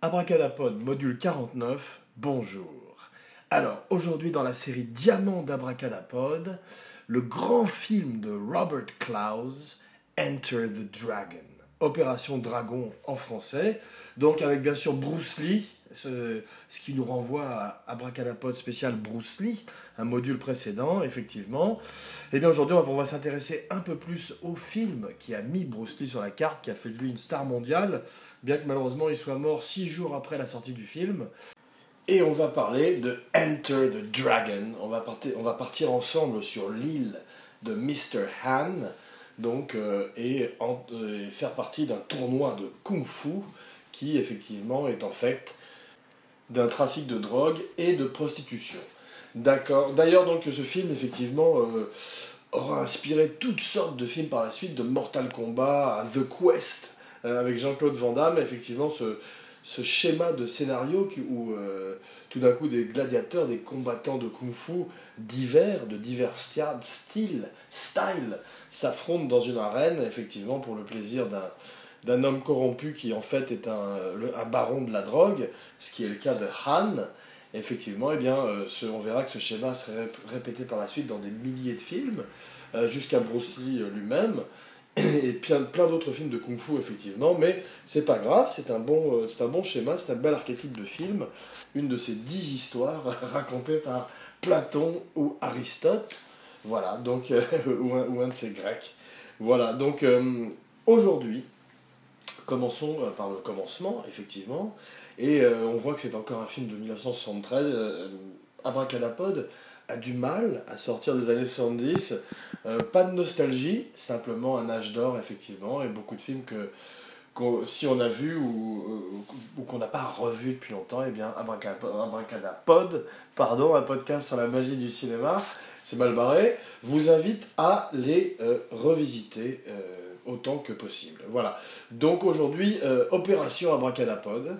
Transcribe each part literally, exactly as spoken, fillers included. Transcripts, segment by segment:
Abracadapod, module quarante-neuf, bonjour. Alors, aujourd'hui dans la série Diamant d'Abracadapod, le grand film de Robert Clouse, Enter the Dragon. Opération Dragon en français, donc avec bien sûr Bruce Lee, ce, ce qui nous renvoie à Abracadapod spécial Bruce Lee, un module précédent, effectivement. Et bien aujourd'hui, on va, on va s'intéresser un peu plus au film qui a mis Bruce Lee sur la carte, qui a fait de lui une star mondiale, bien que malheureusement il soit mort six jours après la sortie du film. Et on va parler de Enter the Dragon. On va partir, on va partir ensemble sur l'île de mister Han, donc, euh, et, en, euh, faire partie d'un tournoi de kung-fu qui effectivement est en fait d'un trafic de drogue et de prostitution. D'accord. D'ailleurs, donc, ce film, effectivement, euh, aura inspiré toutes sortes de films par la suite, de Mortal Kombat à The Quest, euh, avec Jean-Claude Van Damme, effectivement, ce, ce schéma de scénario qui, où euh, tout d'un coup des gladiateurs, des combattants de kung-fu divers, de divers styles, styles, s'affrontent dans une arène, effectivement, pour le plaisir d'un d'un homme corrompu qui en fait est un, un baron de la drogue, ce qui est le cas de Han. Effectivement, eh bien, euh, ce, on verra que ce schéma serait répété par la suite dans des milliers de films, euh, jusqu'à Bruce Lee lui-même, et plein, plein d'autres films de kung-fu, effectivement, mais c'est pas grave, c'est un, bon, euh, c'est un bon schéma, c'est un bel archétype de film, une de ces dix histoires racontées par Platon ou Aristote, voilà, donc, euh, ou, un, ou un de ces Grecs. Voilà, donc euh, aujourd'hui, commençons par le commencement, effectivement, et euh, on voit que c'est encore un film de mille neuf cent soixante-treize. Euh, Abracadapod a du mal à sortir des années soixante-dix. Euh, pas de nostalgie, simplement un âge d'or, effectivement, et beaucoup de films que, que si on a vu ou, ou, ou qu'on n'a pas revu depuis longtemps, eh bien, Abracadapod, pardon, un podcast sur la magie du cinéma, c'est mal barré, vous invite à les euh, revisiter euh, autant que possible. Voilà. Donc aujourd'hui, euh, Opération Abracadapod.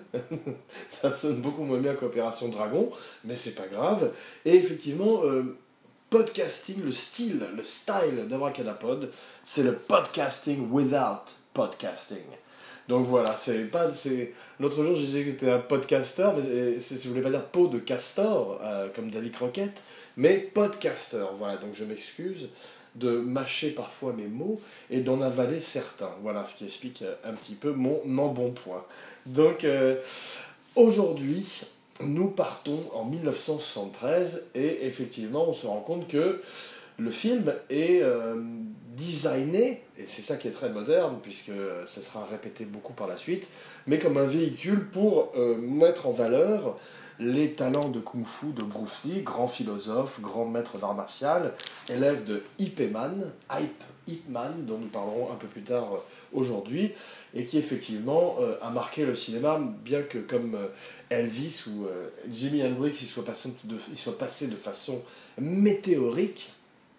Ça sonne beaucoup moins bien qu'Opération Dragon, mais c'est pas grave. Et effectivement, euh, podcasting, le style, le style d'Abracadapod, c'est le podcasting without podcasting. Donc voilà, c'est pas... c'est... L'autre jour, je disais que j'étais un podcaster, mais c'est, je voulais pas dire pot de castor, euh, comme Davy Crockett, mais podcaster. Voilà, donc je m'excuse de mâcher parfois mes mots et d'en avaler certains. Voilà ce qui explique un petit peu mon embonpoint. Donc euh, aujourd'hui, nous partons en mille neuf cent soixante-treize et effectivement on se rend compte que le film est euh, designé, et c'est ça qui est très moderne puisque ça sera répété beaucoup par la suite, mais comme un véhicule pour euh, mettre en valeur les talents de kung-fu de Bruce Lee, grand philosophe, grand maître d'art martial, élève de Ip Man, Ip, Ip Man, dont nous parlerons un peu plus tard aujourd'hui, et qui effectivement euh, a marqué le cinéma, bien que comme euh, Elvis ou euh, Jimi Hendrix, il soit, passé de, il soit passé de façon météorique.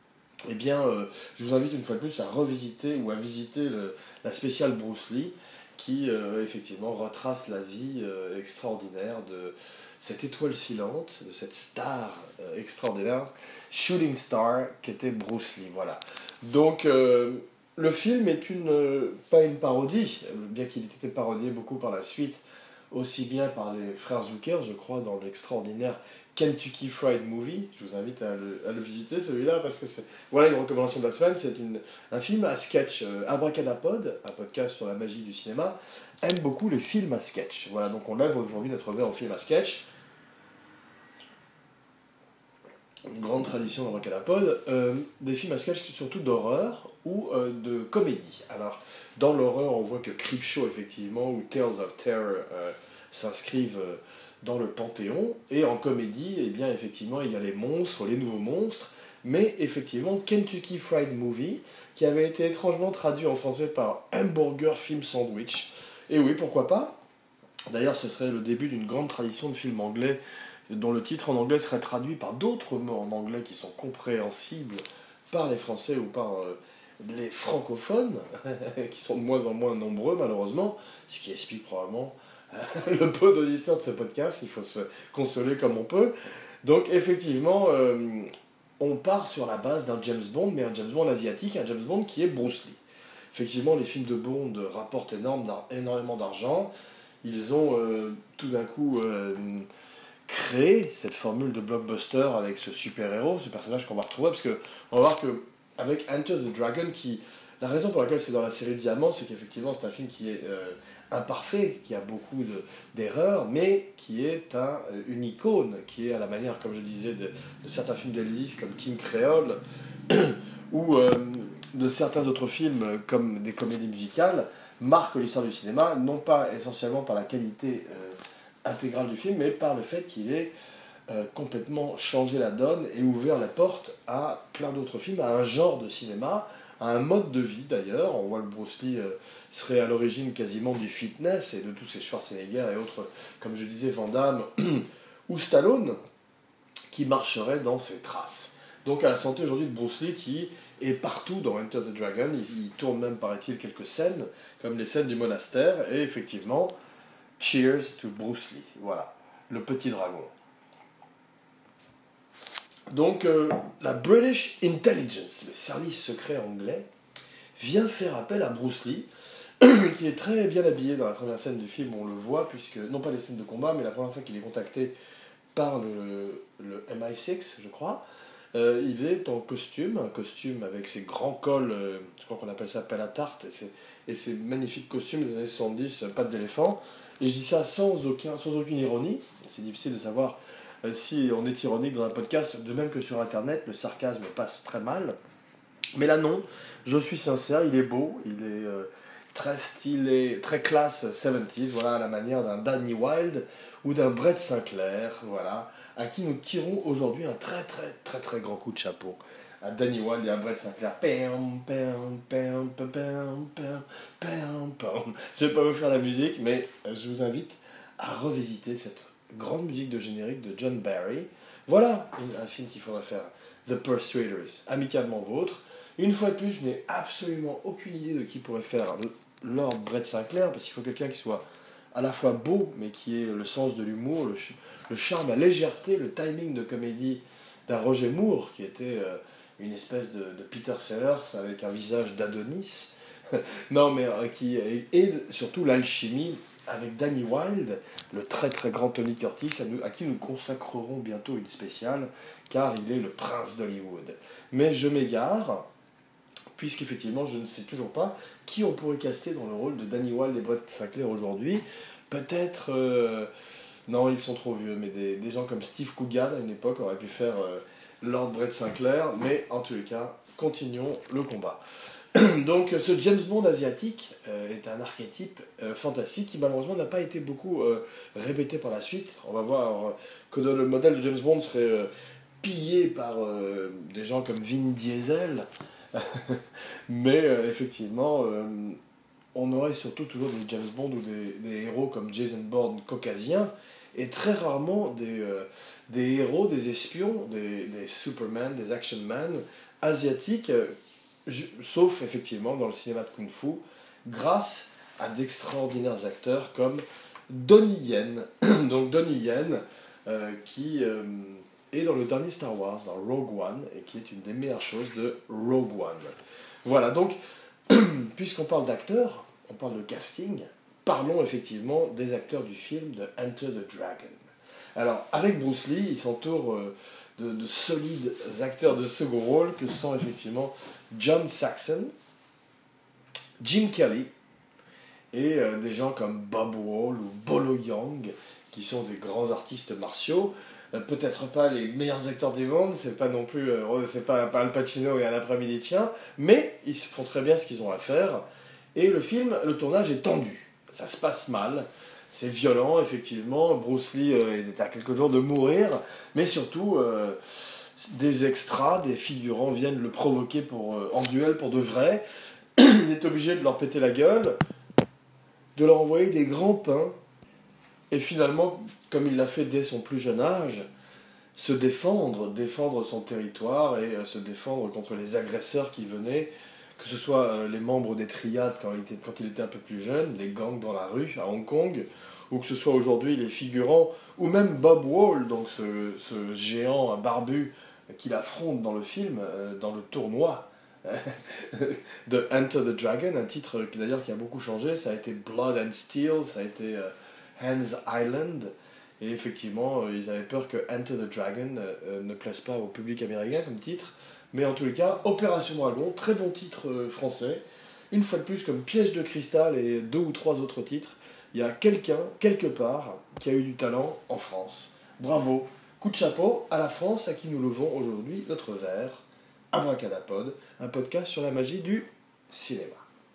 Eh bien, euh, je vous invite une fois de plus à revisiter ou à visiter le, la spéciale Bruce Lee, qui euh, effectivement retrace la vie euh, extraordinaire de cette étoile filante, de cette star euh, extraordinaire, shooting star, qu'était Bruce Lee. Voilà. Donc, euh, le film est une, euh, pas une parodie, bien qu'il ait été parodié beaucoup par la suite, aussi bien par les frères Zucker, je crois, dans l'extraordinaire Kentucky Fried Movie. Je vous invite à le, à le visiter, celui-là, parce que c'est... Voilà une recommandation de la semaine, c'est une, un film à sketch. Euh, Abracadapod, un podcast sur la magie du cinéma, aime beaucoup les films à sketch. Voilà, donc on lève aujourd'hui notre verre au film à sketch. Une grande tradition d'Abracadapod. Euh, des films à sketch surtout d'horreur ou euh, de comédie. Alors, dans l'horreur, on voit que Creepshow, effectivement, ou Tales of Terror euh, s'inscrivent... Euh, dans le Panthéon, et en comédie, eh bien, effectivement, il y a les monstres, les nouveaux monstres, mais effectivement, Kentucky Fried Movie, qui avait été étrangement traduit en français par Hamburger Film Sandwich, et oui, pourquoi pas. D'ailleurs, ce serait le début d'une grande tradition de films anglais, dont le titre en anglais serait traduit par d'autres mots en anglais qui sont compréhensibles par les Français ou par euh, les francophones, qui sont de moins en moins nombreux, malheureusement, ce qui explique probablement le peu d'auditeurs de ce podcast. Il faut se consoler comme on peut. Donc effectivement, euh, on part sur la base d'un James Bond, mais un James Bond asiatique, un James Bond qui est Bruce Lee. Effectivement, les films de Bond rapportent énorme, énormément d'argent. ils ont euh, tout d'un coup euh, créé cette formule de blockbuster avec ce super-héros, ce personnage qu'on va retrouver, parce que on va voir que avec Enter the Dragon, qui la raison pour laquelle c'est dans la série Diamant, c'est qu'effectivement c'est un film qui est euh, imparfait, qui a beaucoup de, d'erreurs, mais qui est un, une icône, qui est à la manière, comme je disais, de, de certains films d'Elvis comme King Creole, ou euh, de certains autres films comme des comédies musicales, marque l'histoire du cinéma, non pas essentiellement par la qualité euh, intégrale du film, mais par le fait qu'il ait euh, complètement changé la donne et ouvert la porte à plein d'autres films, à un genre de cinéma, à un mode de vie d'ailleurs. On voit que Bruce Lee euh, serait à l'origine quasiment du fitness et de tous ces Schwarzenegger et autres, comme je disais, Van Damme ou Stallone, qui marcheraient dans ses traces. Donc à la santé aujourd'hui de Bruce Lee qui est partout dans Enter the Dragon, il, il tourne même, paraît-il, quelques scènes, comme les scènes du monastère, et effectivement, cheers to Bruce Lee, voilà, le petit dragon. Donc euh, la British Intelligence, le service secret anglais, vient faire appel à Bruce Lee, qui est très bien habillé dans la première scène du film, on le voit, puisque, non pas les scènes de combat, mais la première fois qu'il est contacté par le, le M I six, je crois, euh, il est en costume, un costume avec ses grands cols, euh, je crois qu'on appelle ça pelle à tarte, et ses, et ses magnifiques costumes des années soixante-dix, euh, pattes d'éléphant, et je dis ça sans, aucun, sans aucune ironie, c'est difficile de savoir euh, si on est ironique dans un podcast, de même que sur internet, le sarcasme passe très mal, mais là non, je suis sincère, il est beau, il est euh, très stylé, très classe soixante-dix, voilà, à la manière d'un Danny Wilde ou d'un Brett Sinclair, voilà, à qui nous tirons aujourd'hui un très très très très grand coup de chapeau. À Danny Wilde et à Brett Sinclair. Pam, pam, pam, pam, pam, pam, pam, pam. Je vais pas vous faire la musique, mais je vous invite à revisiter cette grande musique de générique de John Barry. Voilà un film qu'il faudra faire. The Persuaders, amicalement vôtre. Une fois de plus, je n'ai absolument aucune idée de qui pourrait faire Lord Brett Sinclair, parce qu'il faut quelqu'un qui soit à la fois beau, mais qui ait le sens de l'humour, le, ch- le charme, la légèreté, le timing de comédie d'un Roger Moore, qui était euh, une espèce de, de Peter Sellers avec un visage d'Adonis. Non, mais euh, qui et, et surtout l'alchimie avec Danny Wilde, le très très grand Tony Curtis, à, nous- à qui nous consacrerons bientôt une spéciale, car il est le prince d'Hollywood. Mais je m'égare, puisqu'effectivement, je ne sais toujours pas qui on pourrait caster dans le rôle de Danny Wilde et Brett Sinclair aujourd'hui. Peut-être... euh, non, ils sont trop vieux, mais des, des gens comme Steve Coogan, à une époque, auraient pu faire euh, Lord Brett Sinclair, mais en tous les cas, continuons le combat. Donc, ce James Bond asiatique euh, est un archétype euh, fantastique qui, malheureusement, n'a pas été beaucoup euh, répété par la suite. On va voir euh, que le modèle de James Bond serait euh, pillé par euh, des gens comme Vin Diesel, mais euh, effectivement, euh, on aurait surtout toujours des James Bond ou des, des héros comme Jason Bourne caucasiens, et très rarement des, euh, des héros, des espions, des, des Superman, des Action Man asiatiques, euh, ju- sauf effectivement dans le cinéma de Kung Fu, grâce à d'extraordinaires acteurs comme Donnie Yen. Donc Donnie Yen, euh, qui euh, est dans le dernier Star Wars, dans Rogue One, et qui est une des meilleures choses de Rogue One. Voilà, donc, puisqu'on parle d'acteurs, on parle de casting, parlons effectivement des acteurs du film de Enter the Dragon. Alors, avec Bruce Lee, il s'entoure euh, de, de solides acteurs de second rôle que sont effectivement John Saxon, Jim Kelly, et euh, des gens comme Bob Wall ou Bolo Yang, qui sont des grands artistes martiaux. Euh, peut-être pas les meilleurs acteurs du monde, c'est pas non plus, euh, c'est pas, pas Al Pacino et un après-midi de chien, mais ils font très bien ce qu'ils ont à faire. Et le film, le tournage est tendu. Ça se passe mal, c'est violent, effectivement. Bruce Lee euh, est à quelques jours de mourir, mais surtout, euh, des extras, des figurants viennent le provoquer pour, euh, en duel pour de vrai. Il est obligé de leur péter la gueule, de leur envoyer des grands pains, et finalement, comme il l'a fait dès son plus jeune âge, se défendre, défendre son territoire et euh, se défendre contre les agresseurs qui venaient, que ce soit euh, les membres des triades quand il, était, quand il était un peu plus jeune, les gangs dans la rue à Hong Kong, ou que ce soit aujourd'hui les figurants, ou même Bob Wall, donc ce, ce géant barbu qu'il affronte dans le film, euh, dans le tournoi de Enter the Dragon, un titre qui d'ailleurs qui a beaucoup changé, ça a été Blood and Steel, ça a été... euh, Hans Island. Et effectivement, euh, ils avaient peur que Enter the Dragon euh, ne plaise pas au public américain comme titre. Mais en tous les cas, Opération Dragon, très bon titre euh, français. Une fois de plus, comme Piège de cristal et deux ou trois autres titres, il y a quelqu'un, quelque part, qui a eu du talent en France. Bravo, coup de chapeau à la France à qui nous levons aujourd'hui notre verre. Abracadapod, un podcast sur la magie du cinéma.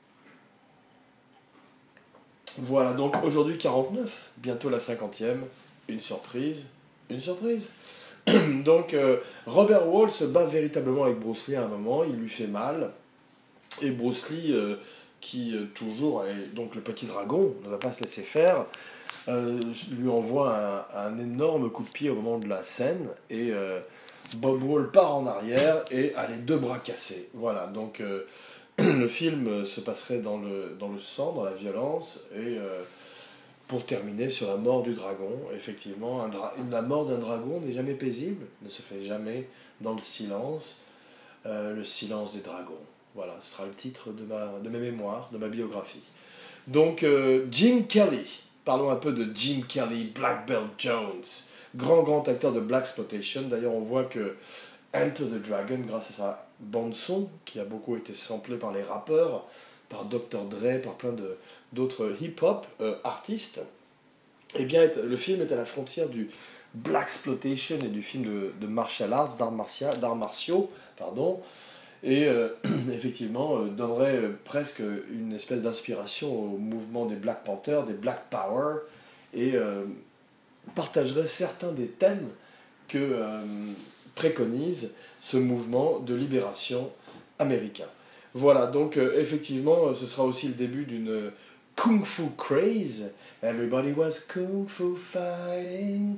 Voilà, donc aujourd'hui quarante-neuf, bientôt la cinquantième, une surprise, une surprise. Donc euh, Robert Wall se bat véritablement avec Bruce Lee à un moment, il lui fait mal, et Bruce Lee, euh, qui euh, toujours est donc le petit dragon, ne va pas se laisser faire, euh, lui envoie un, un énorme coup de pied au moment de la scène, et euh, Bob Wall part en arrière et a les deux bras cassés. Voilà, donc euh, le film se passerait dans le, dans le sang, dans la violence, et euh, pour terminer sur la mort du dragon. Effectivement, un dra- la mort d'un dragon n'est jamais paisible, ne se fait jamais dans le silence, euh, le silence des dragons. Voilà, ce sera le titre de, ma, de mes mémoires, de ma biographie. Donc, euh, Jim Kelly. Parlons un peu de Jim Kelly, Black Belt Jones. Grand, grand acteur de Blaxploitation. D'ailleurs, on voit que Enter the Dragon, grâce à sa bande-son, qui a beaucoup été samplée par les rappeurs, par docteur Dre, par plein de, d'autres hip-hop euh, artistes, eh bien, le film est à la frontière du Blaxploitation et du film de, de martial arts, d'arts, martia, d'arts martiaux, pardon, et euh, effectivement euh, donnerait euh, presque une espèce d'inspiration au mouvement des Black Panthers, des Black Power, et euh, partagerait certains des thèmes que euh, préconise ce mouvement de libération américain. Voilà, donc euh, effectivement, euh, ce sera aussi le début d'une euh, Kung Fu craze. Everybody was Kung Fu fighting.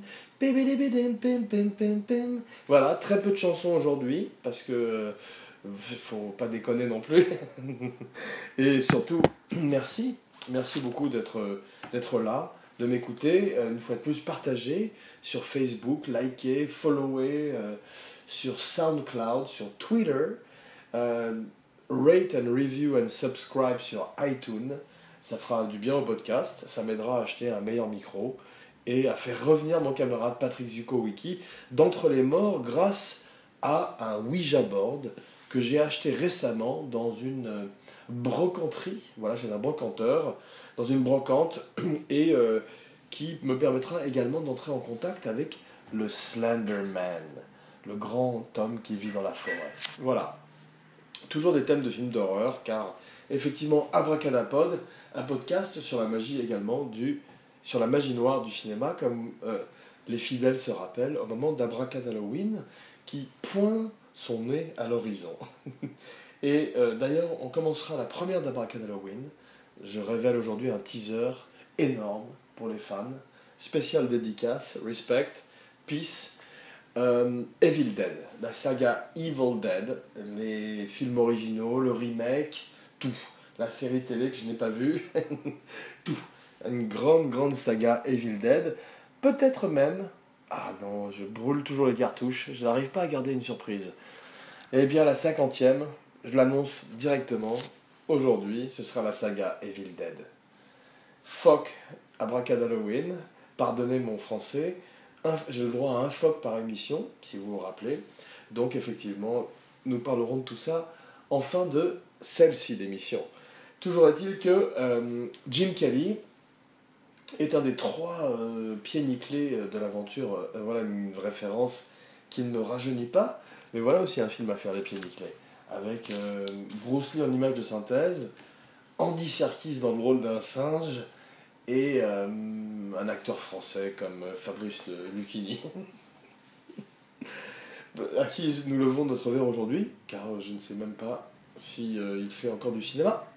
Voilà, très peu de chansons aujourd'hui, parce que euh, faut pas déconner non plus. Et surtout, merci, merci beaucoup d'être, euh, d'être là, de m'écouter, euh, une fois de plus, partager sur Facebook, liker, follower, euh, sur SoundCloud, sur Twitter, euh, rate and review and subscribe sur iTunes. Ça fera du bien au podcast, ça m'aidera à acheter un meilleur micro et à faire revenir mon camarade Patrick Zuko-Wiki d'entre les morts grâce à un Ouija board que j'ai acheté récemment dans une euh, brocanterie, voilà, chez un brocanteur, dans une brocante, et euh, qui me permettra également d'entrer en contact avec le Slender Man, le grand homme qui vit dans la forêt. Voilà. Toujours des thèmes de films d'horreur, car effectivement, Abracadapod, un podcast sur la magie également, du, sur la magie noire du cinéma, comme euh, les fidèles se rappellent, au moment d'Abracadalloween, qui pointe son nez à l'horizon. Et euh, d'ailleurs, on commencera la première d'Abracadalloween. Je révèle aujourd'hui un teaser énorme pour les fans. Spécial dédicace, respect, peace. Euh, Evil Dead, la saga Evil Dead, les films originaux, le remake, tout. La série télé que je n'ai pas vue, tout. Une grande, grande saga Evil Dead. Peut-être même... Ah non, je brûle toujours les cartouches, je n'arrive pas à garder une surprise. Eh bien, la cinquantième, je l'annonce directement, aujourd'hui, ce sera la saga Evil Dead. Fuck Abracadalloween, pardonnez mon français, j'ai le droit à un fuck par émission, si vous vous rappelez. Donc, effectivement, nous parlerons de tout ça en fin de celle-ci d'émission. Toujours est-il que euh, Jim Kelly est un des trois euh, pieds nickelés de l'aventure. Euh, voilà une référence qui ne rajeunit pas, mais voilà aussi un film à faire les pieds nickelés. Avec euh, Bruce Lee en image de synthèse, Andy Serkis dans le rôle d'un singe, et euh, un acteur français comme Fabrice Lucchini, à qui nous levons notre verre aujourd'hui, car je ne sais même pas si euh, il fait encore du cinéma.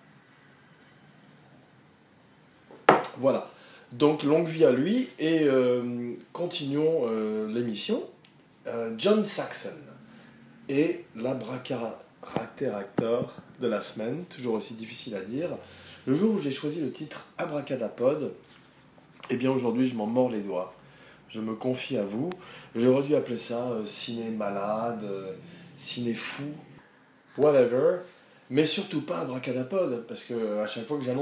Voilà. Donc longue vie à lui, et euh, continuons euh, l'émission. Euh, John Saxon est l'abracadabra de la semaine, toujours aussi difficile à dire. Le jour où j'ai choisi le titre Abracadapod, eh bien aujourd'hui je m'en mords les doigts. Je me confie à vous. J'aurais dû appeler ça euh, ciné malade, euh, ciné fou, whatever, mais surtout pas Abracadapod, parce que à chaque fois que j'annonce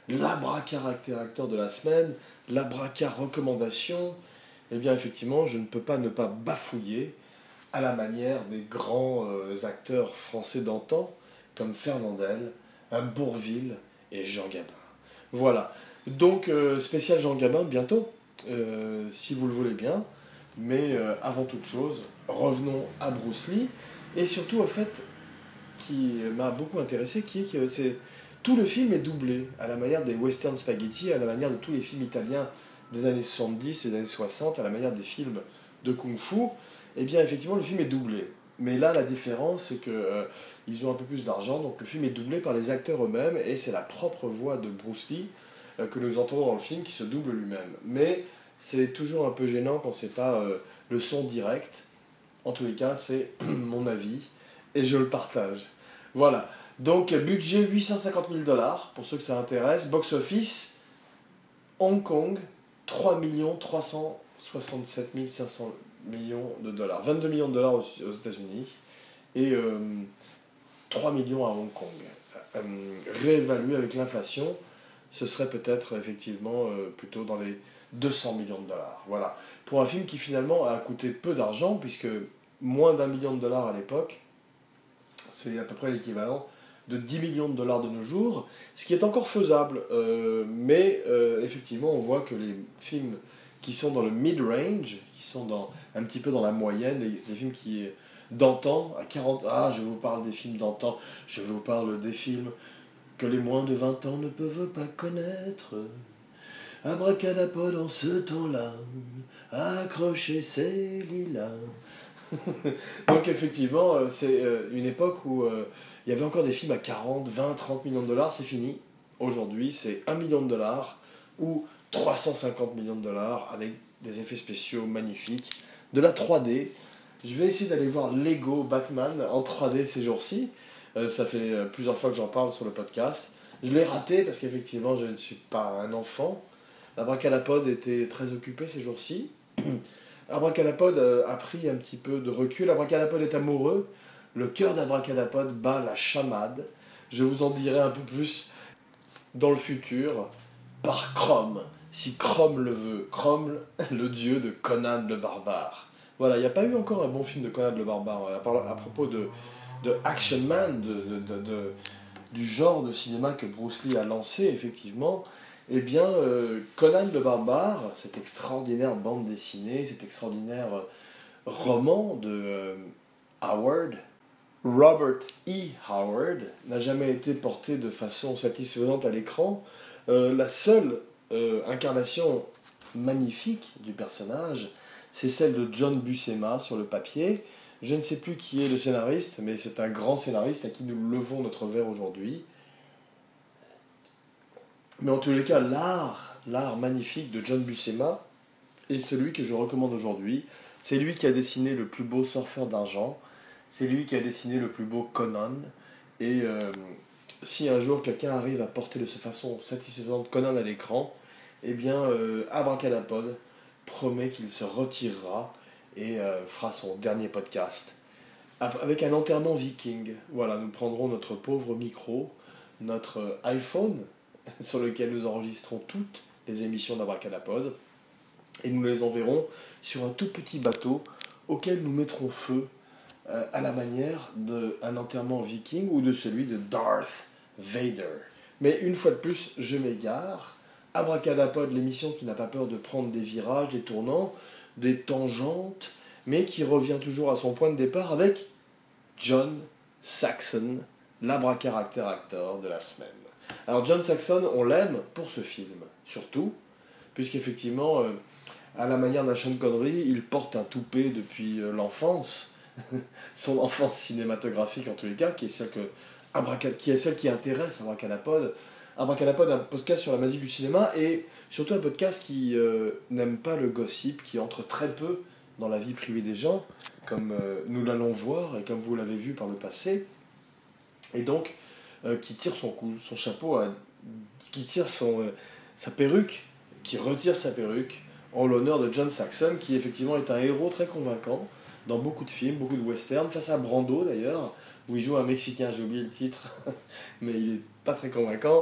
l'abracaractère de la semaine, l'abraca recommandation, eh bien effectivement, je ne peux pas ne pas bafouiller à la manière des grands euh, acteurs français d'antan, comme Fernandel, un Bourvil et Jean Gabin. Voilà. Donc, euh, spécial Jean Gabin bientôt, euh, si vous le voulez bien. Mais euh, avant toute chose, revenons à Bruce Lee. Et surtout au fait qui m'a beaucoup intéressé, qui est que c'est, tout le film est doublé, à la manière des western spaghetti, à la manière de tous les films italiens des années soixante-dix et des années soixante, à la manière des films de kung-fu. Eh bien, effectivement, le film est doublé. Mais là, la différence, c'est qu'ils euh, ont un peu plus d'argent, donc le film est doublé par les acteurs eux-mêmes, et c'est la propre voix de Bruce Lee euh, que nous entendons dans le film qui se double lui-même. Mais c'est toujours un peu gênant quand c'est pas euh, le son direct. En tous les cas, c'est mon avis, et je le partage. Voilà. Donc, budget huit cent cinquante mille dollars, pour ceux que ça intéresse. Box-office, Hong Kong, trois millions trois cent soixante-sept mille cinq cents millions de dollars. vingt-deux millions de dollars aux, aux États-Unis et euh, trois millions à Hong Kong. Euh, réévalué avec l'inflation, ce serait peut-être effectivement euh, plutôt dans les deux cents millions de dollars. Voilà. Pour un film qui finalement a coûté peu d'argent, puisque moins d'un million de dollars à l'époque, c'est à peu près l'équivalent de dix millions de dollars de nos jours, ce qui est encore faisable. Euh, mais euh, effectivement, on voit que les films qui sont dans le mid-range, qui sont dans, un petit peu dans la moyenne, les, les films qui d'antan, à quarante... Ah, je vous parle des films d'antan, je vous parle des films que les moins de vingt ans ne peuvent pas connaître. Abracadapod en ce temps-là, accrocher ses lilas. Donc effectivement, c'est une époque où il y avait encore des films à quarante, vingt, trente millions de dollars, c'est fini. Aujourd'hui, c'est un million de dollars ou trois cent cinquante millions de dollars avec des effets spéciaux magnifiques, de la trois D. Je vais essayer d'aller voir Lego Batman en trois D ces jours-ci. Euh, ça fait plusieurs fois que j'en parle sur le podcast. Je l'ai raté parce qu'effectivement, je ne suis pas un enfant. Abracadapod était très occupé ces jours-ci. Abracadapod a pris un petit peu de recul. Abracadapod est amoureux. Le cœur d'Abracadapod bat la chamade. Je vous en dirai un peu plus dans le futur par Chrome, si Chrome le veut. Chrome, le dieu de Conan le barbare. Voilà, il n'y a pas eu encore un bon film de Conan le barbare. À propos de, de Action Man, de, de, de, de, du genre de cinéma que Bruce Lee a lancé, effectivement. Eh bien, euh, Conan le barbare, cette extraordinaire bande dessinée, cet extraordinaire euh, roman de euh, Howard, Robert E. Howard, n'a jamais été porté de façon satisfaisante à l'écran. Euh, la seule euh, incarnation magnifique du personnage, c'est celle de John Buscema sur le papier. Je ne sais plus qui est le scénariste, mais c'est un grand scénariste à qui nous levons notre verre aujourd'hui. Mais en tous les cas, l'art, l'art magnifique de John Buscema est celui que je recommande aujourd'hui. C'est lui qui a dessiné le plus beau Surfeur d'argent. C'est lui qui a dessiné le plus beau Conan. Et euh, si un jour quelqu'un arrive à porter de cette façon satisfaisante Conan à l'écran, eh bien, euh, Abracadapod promet qu'il se retirera et euh, fera son dernier podcast avec un enterrement viking. Voilà, nous prendrons notre pauvre micro, notre iPhone, sur lequel nous enregistrons toutes les émissions d'Abracadapod, et nous les enverrons sur un tout petit bateau auquel nous mettrons feu euh, à la manière d'un enterrement viking ou de celui de Darth Vader. Mais une fois de plus, je m'égare. Abracadapod, l'émission qui n'a pas peur de prendre des virages, des tournants, des tangentes, mais qui revient toujours à son point de départ avec John Saxon, l'abracaractère acteur de la semaine. Alors John Saxon, on l'aime pour ce film, surtout, puisqu'effectivement, euh, à la manière d'un Sean Connery, il porte un toupet depuis euh, l'enfance, son enfance cinématographique en tous les cas, qui est celle, que, Abracad- qui, est celle qui intéresse Abracadapod. Abracadapod, un podcast sur la magie du cinéma, et surtout un podcast qui euh, n'aime pas le gossip, qui entre très peu dans la vie privée des gens, comme euh, nous l'allons voir, et comme vous l'avez vu par le passé, et donc euh, qui tire son, coup, son chapeau, à, qui tire son, euh, sa perruque, qui retire sa perruque, en l'honneur de John Saxon, qui effectivement est un héros très convaincant, dans beaucoup de films, beaucoup de westerns, face à Brando d'ailleurs, où il joue un Mexicain, j'ai oublié le titre, mais il est pas très convaincant.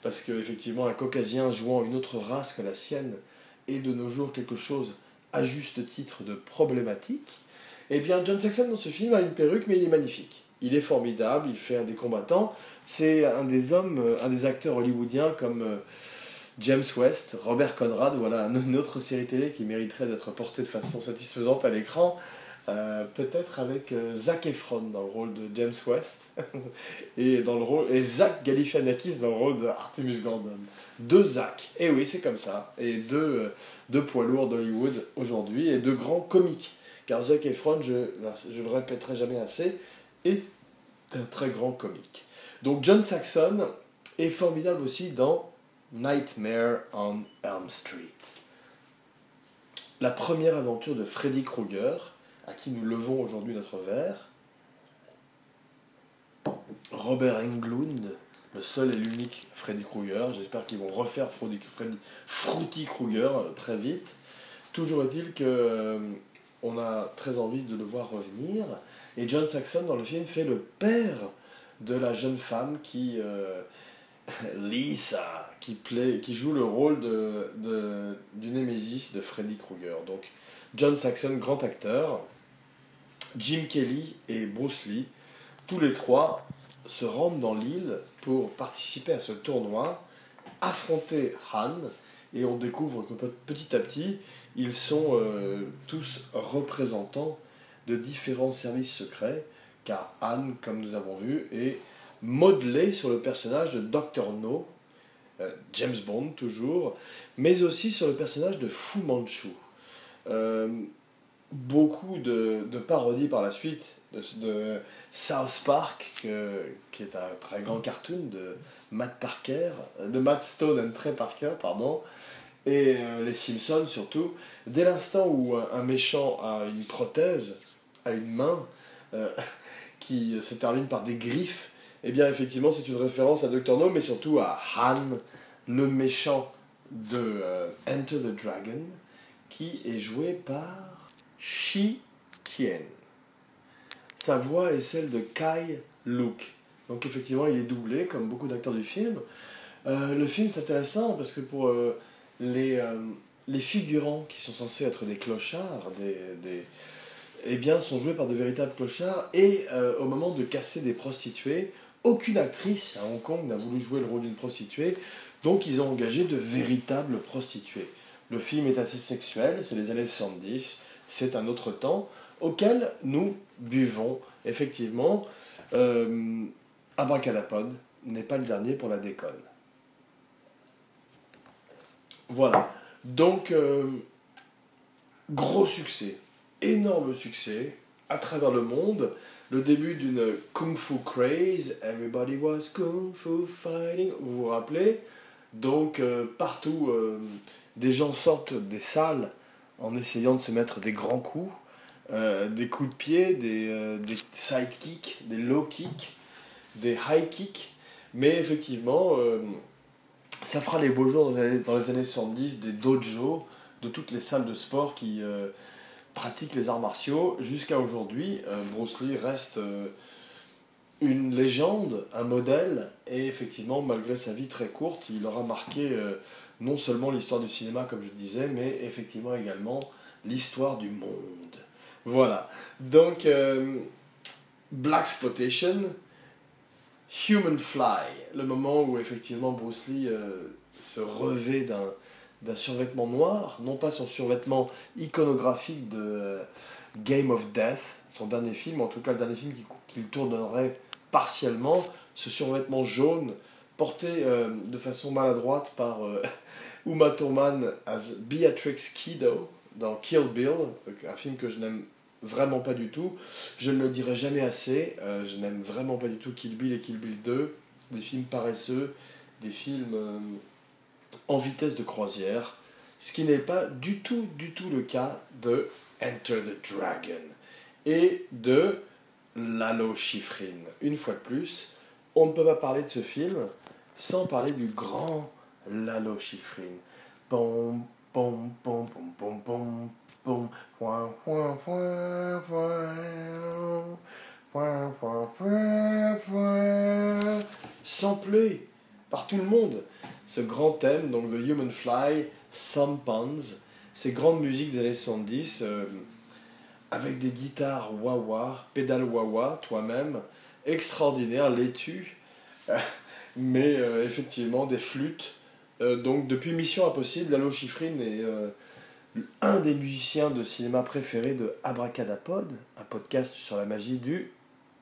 parce qu'effectivement, un caucasien jouant une autre race que la sienne est de nos jours quelque chose, à juste titre, de problématique. Eh bien, John Saxon dans ce film a une perruque, mais il est magnifique. Il est formidable, il fait un des combattants. C'est un des hommes, un des acteurs hollywoodiens comme James West, Robert Conrad, voilà une autre série télé qui mériterait d'être portée de façon satisfaisante à l'écran. Euh, peut-être avec euh, Zac Efron dans le rôle de James West et, dans le rôle, et Zach Galifianakis dans le rôle de Artemus Gordon. Deux Zach, et oui c'est comme ça, et deux, euh, deux poids lourds d'Hollywood aujourd'hui, et deux grands comiques, car Zac Efron, je ne le répéterai jamais assez, est un très grand comique. Donc John Saxon est formidable aussi dans Nightmare on Elm Street. La première aventure de Freddy Krueger, à qui nous levons aujourd'hui notre verre. Robert Englund, le seul et l'unique Freddy Krueger. J'espère qu'ils vont refaire Freddy, Freddy, Fruity Krueger très vite. Toujours est-il que euh, on a très envie de le voir revenir. Et John Saxon, dans le film, fait le père de la jeune femme qui... Euh, Lisa, qui, plaît, qui joue le rôle de, de, du némésis de Freddy Krueger. Donc, John Saxon, grand acteur, Jim Kelly et Bruce Lee, tous les trois se rendent dans l'île pour participer à ce tournoi, affronter Han, et on découvre que petit à petit, ils sont euh, tous représentants de différents services secrets, car Han, comme nous avons vu, est modelé sur le personnage de docteur No, euh, James Bond toujours, mais aussi sur le personnage de Fu Manchu. Euh, beaucoup de, de parodies par la suite de, de South Park, que, qui est un très grand cartoon de Matt Parker, de Matt Stone and Trey Parker, pardon, et euh, les Simpsons surtout. Dès l'instant où un, un méchant a une prothèse, a une main, euh, qui se termine par des griffes, eh bien effectivement c'est une référence à docteur No, mais surtout à Han, le méchant de euh, Enter the Dragon, qui est joué par Shi Qian. Sa voix est celle de Kai Luk. Donc effectivement il est doublé comme beaucoup d'acteurs du film. Euh, le film est intéressant parce que pour euh, les, euh, les figurants qui sont censés être des clochards, des... des eh bien, sont joués par de véritables clochards, et euh, au moment de casser des prostituées, aucune actrice à Hong Kong n'a voulu jouer le rôle d'une prostituée, donc ils ont engagé de véritables prostituées. Le film est assez sexuel, c'est les années soixante-dix, c'est un autre temps, auquel nous buvons, effectivement. euh, Abracadapod n'est pas le dernier pour la déconne. Voilà, donc, euh, gros succès. Énorme succès à travers le monde, le début d'une Kung Fu craze, everybody was Kung Fu fighting, vous vous rappelez? Donc euh, partout, euh, des gens sortent des salles en essayant de se mettre des grands coups, euh, des coups de pied, des, euh, des side kicks, des low kicks, des high kicks, mais effectivement, euh, ça fera les beaux jours dans les, dans les années soixante-dix, des dojos, de toutes les salles de sport qui... Euh, pratique les arts martiaux jusqu'à aujourd'hui. euh, Bruce Lee reste euh, une légende, un modèle, et effectivement, malgré sa vie très courte, il aura marqué euh, non seulement l'histoire du cinéma, comme je disais, mais effectivement également l'histoire du monde. Voilà. Donc, euh, Blaxploitation, Human Fly, le moment où effectivement Bruce Lee euh, se revêt d'un d'un survêtement noir, non pas son survêtement iconographique de euh, Game of Death, son dernier film, en tout cas le dernier film qu'il qui tournerait partiellement, ce survêtement jaune, porté euh, de façon maladroite par euh, Uma Thurman as Beatrix Kiddo dans Kill Bill, un film que je n'aime vraiment pas du tout. Je ne le dirai jamais assez, euh, je n'aime vraiment pas du tout Kill Bill et Kill Bill deux, des films paresseux, des films... Euh, en vitesse de croisière, ce qui n'est pas du tout, du tout le cas de Enter the Dragon et de Lalo Schifrin. Une fois de plus, on ne peut pas parler de ce film sans parler du grand Lalo Schifrin. Pom, pom, pom, pom, pom, pom, pom, point, point, point, point, point, point, point, point, samplé par tout le monde. ce grand thème, donc The Human Fly, Some Ponds, ces grandes musiques des années soixante-dix, euh, avec des guitares wah-wah, pédales wah-wah, toi-même, extraordinaire, laitue, mais euh, effectivement des flûtes. Euh, donc depuis Mission Impossible, Lalo Schifrin est euh, un des musiciens de cinéma préférés de Abracadapod, un podcast sur la magie du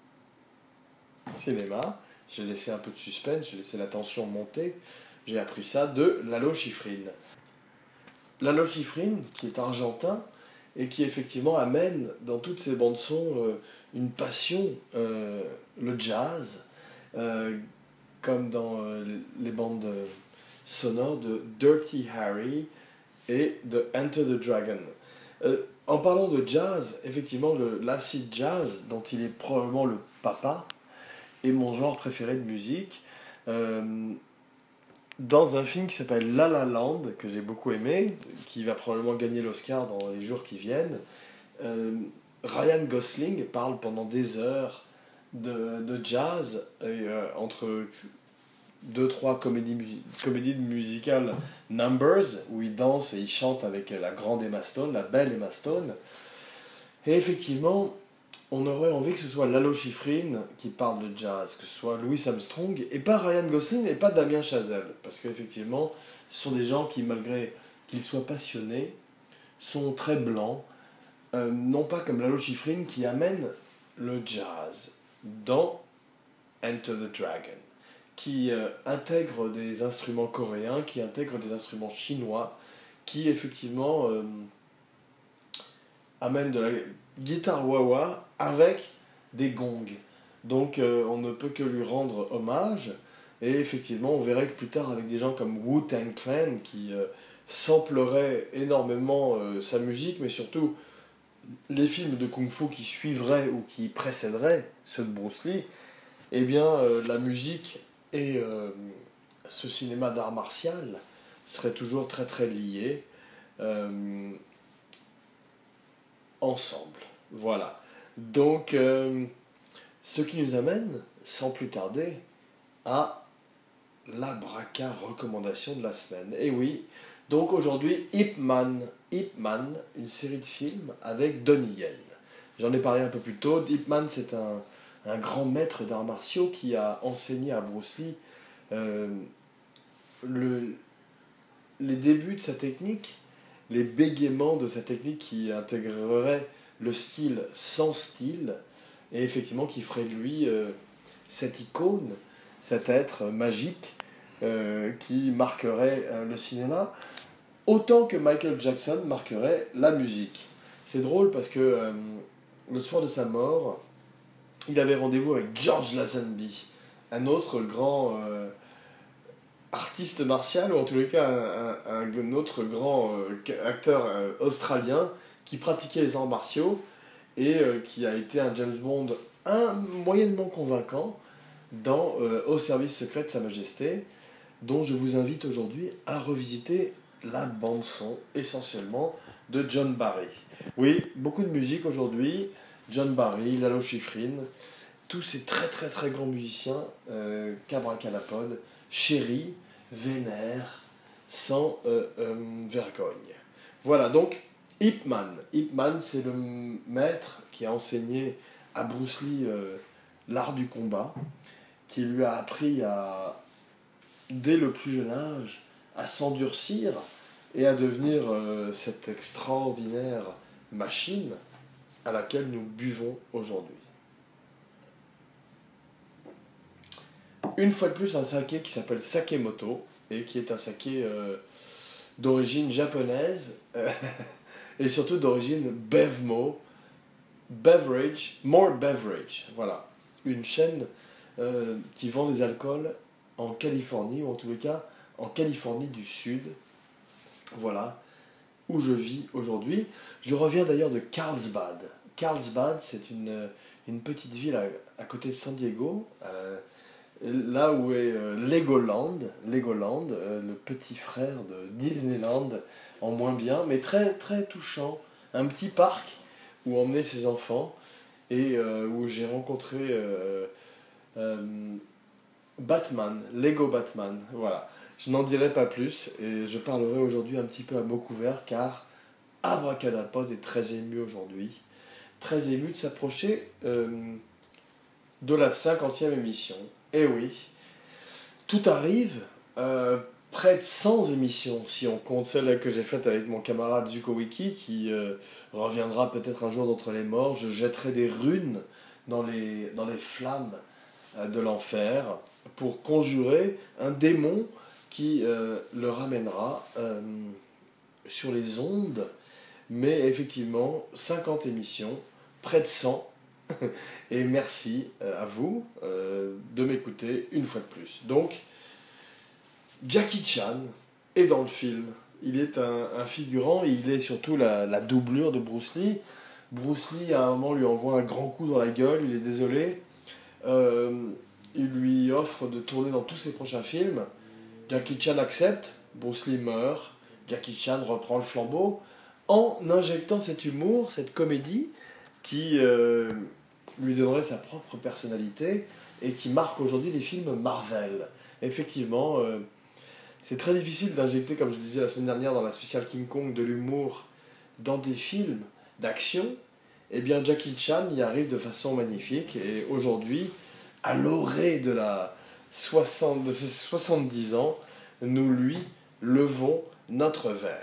cinéma. J'ai laissé un peu de suspense, j'ai laissé la tension monter. J'ai appris ça de Lalo Schifrin. Lalo Schifrin, qui est argentin, et qui effectivement amène dans toutes ses bandes-son euh, une passion, euh, le jazz, euh, comme dans euh, les bandes sonores de Dirty Harry et de Enter the Dragon. Euh, en parlant de jazz, effectivement, le, l'acid jazz, dont il est probablement le papa, est mon genre préféré de musique. Euh, dans un film qui s'appelle La La Land, que j'ai beaucoup aimé, qui va probablement gagner l'Oscar dans les jours qui viennent, euh, Ryan Gosling parle pendant des heures de, de jazz, et, euh, entre deux, trois comédies, musi- comédies musicales Numbers, où il danse et il chante avec la grande Emma Stone, la belle Emma Stone. Et effectivement, on aurait envie que ce soit Lalo Schifrin qui parle de jazz, que ce soit Louis Armstrong, et pas Ryan Gosling et pas Damien Chazelle. Parce qu'effectivement, ce sont des gens qui, malgré qu'ils soient passionnés, sont très blancs, euh, non pas comme Lalo Schifrin qui amène le jazz dans Enter the Dragon, qui euh, intègre des instruments coréens, qui intègre des instruments chinois, qui effectivement euh, amène de la guitare wah-wah avec des gongs. Donc euh, on ne peut que lui rendre hommage. Et effectivement, on verrait que plus tard, avec des gens comme Wu-Tang Clan, qui euh, sampleraient énormément euh, sa musique, mais surtout les films de kung-fu qui suivraient ou qui précéderaient ceux de Bruce Lee, eh bien, euh, la musique et euh, ce cinéma d'art martial seraient toujours très très liés euh, ensemble. Voilà. Donc, euh, ce qui nous amène, sans plus tarder, à la braca recommandation de la semaine. Et oui, donc aujourd'hui, Ip Man. Ip Man, une série de films avec Donnie Yen. J'en ai parlé un peu plus tôt. Ip Man, c'est un, un grand maître d'arts martiaux qui a enseigné à Bruce Lee euh, le, les débuts de sa technique, les bégaiements de sa technique qui intégrerait le style sans style, et effectivement qui ferait de lui euh, cette icône, cet être magique euh, qui marquerait euh, le cinéma, autant que Michael Jackson marquerait la musique. C'est drôle parce que euh, le soir de sa mort, il avait rendez-vous avec George Lazenby, un autre grand euh, artiste martial, ou en tous les cas un, un, un autre grand euh, acteur euh, australien qui pratiquait les arts martiaux et euh, qui a été un James Bond un, moyennement convaincant dans euh, Au service secret de Sa Majesté, dont je vous invite aujourd'hui à revisiter la bande-son, essentiellement de John Barry. Oui, beaucoup de musique aujourd'hui, John Barry, Lalo Schifrin, tous ces très très très grands musiciens euh, qu'Abracadapod chérit, vénère, sans euh, euh, vergogne. Voilà, donc Ip Man. Ip Man, c'est le maître qui a enseigné à Bruce Lee euh, l'art du combat, qui lui a appris à, dès le plus jeune âge, à s'endurcir et à devenir euh, cette extraordinaire machine à laquelle nous buvons aujourd'hui. Une fois de plus, un saké qui s'appelle Sakemoto et qui est un saké euh, d'origine japonaise euh, et surtout d'origine Bevmo, Beverage, More Beverage, voilà, une chaîne euh, qui vend des alcools en Californie, ou en tous les cas en Californie du Sud, voilà, où je vis aujourd'hui. Je reviens d'ailleurs de Carlsbad. Carlsbad, c'est une, une petite ville à, à côté de San Diego, euh, là où est euh, Legoland, Legoland euh, le petit frère de Disneyland, en moins bien, mais très très touchant. Un petit parc où emmener ses enfants et euh, où j'ai rencontré euh, euh, Batman, Lego Batman, voilà. Je n'en dirai pas plus et je parlerai aujourd'hui un petit peu à mots couverts car Abracadapod est très ému aujourd'hui. Très ému de s'approcher euh, de la cinquantième émission. Et oui, tout arrive, euh, près de cent émissions, si on compte celle que j'ai faite avec mon camarade Zuko Wiki, qui euh, reviendra peut-être un jour d'entre les morts. Je jetterai des runes dans les, dans les flammes euh, de l'enfer pour conjurer un démon qui euh, le ramènera euh, sur les ondes. Mais effectivement, cinquante émissions, près de cent. Et merci à vous euh, de m'écouter une fois de plus. Donc, Jackie Chan est dans le film. Il est un, un figurant, il est surtout la, la doublure de Bruce Lee. Bruce Lee, à un moment, lui envoie un grand coup dans la gueule, il est désolé. Euh, il lui offre de tourner dans tous ses prochains films. Jackie Chan accepte, Bruce Lee meurt. Jackie Chan reprend le flambeau en injectant cet humour, cette comédie qui euh, lui donnerait sa propre personnalité et qui marque aujourd'hui les films Marvel. Effectivement, euh, c'est très difficile d'injecter, comme je le disais la semaine dernière dans la spéciale King Kong, de l'humour dans des films d'action. Eh bien, Jackie Chan y arrive de façon magnifique et aujourd'hui, à l'orée de, la soixante, de ses soixante-dix ans, nous lui levons notre verre.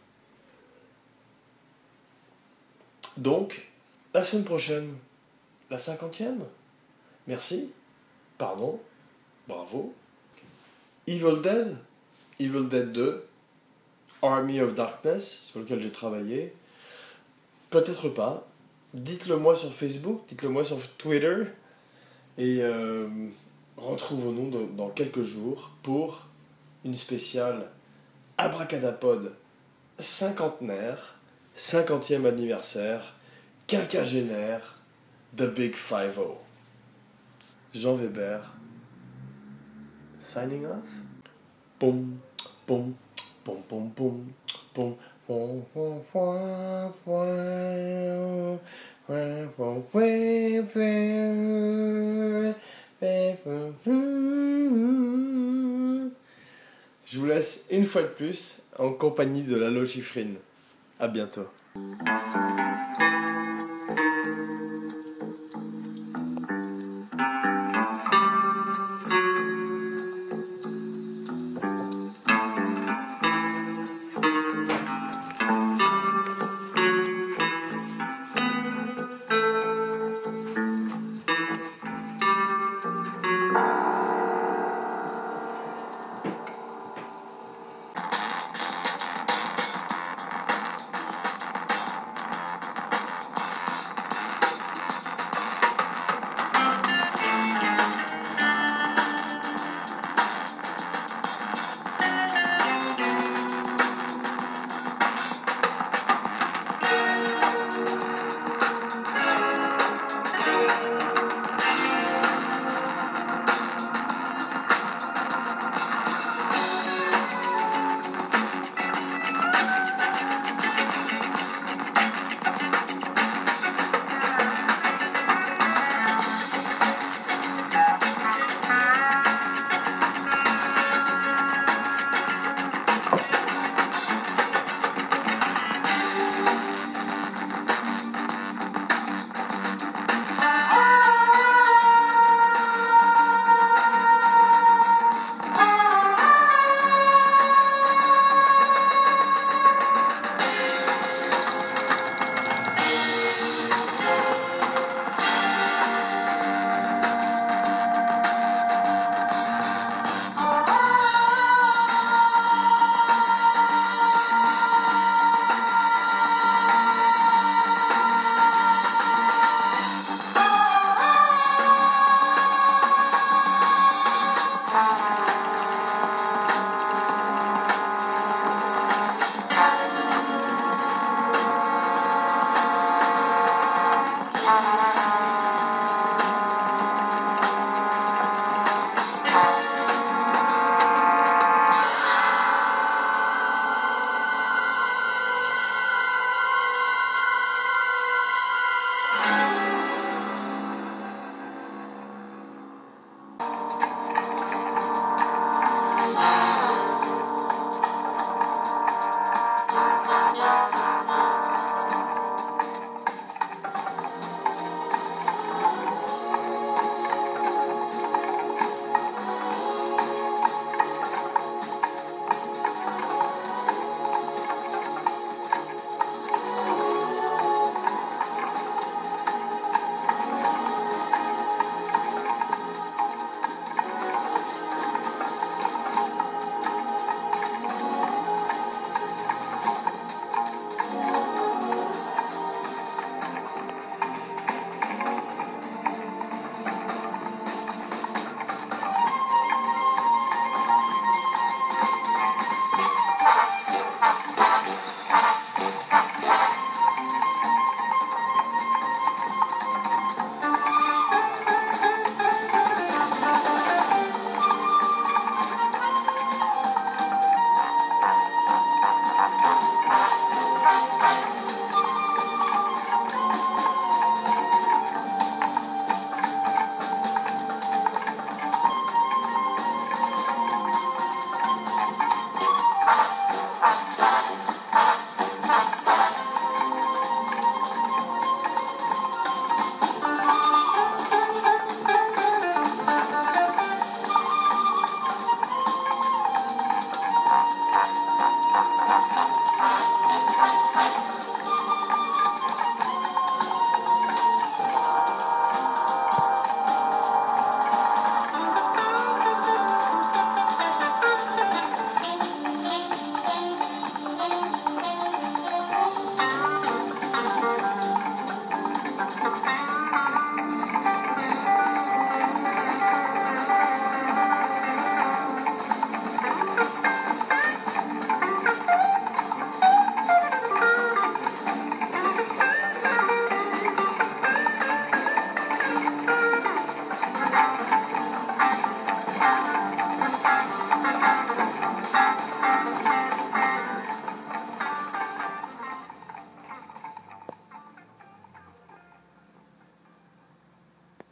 Donc, la semaine prochaine, la cinquantième. Merci, pardon, bravo. Evil Dead, Evil Dead deux, Army of Darkness, sur lequel j'ai travaillé. Peut-être pas. Dites-le moi sur Facebook, dites-le moi sur Twitter. Et euh, retrouvons-nous dans quelques jours pour une spéciale Abracadapod cinquantenaire, cinquantième anniversaire, quinquagénaire, The Big Five-O. Jean Weber, signing off. Boum, boum, boum, boum, boum, boum, boum, boum, boum, boum, boum, boum, boum. Je vous laisse une fois de plus en compagnie de Lalo Schifrin. À bientôt.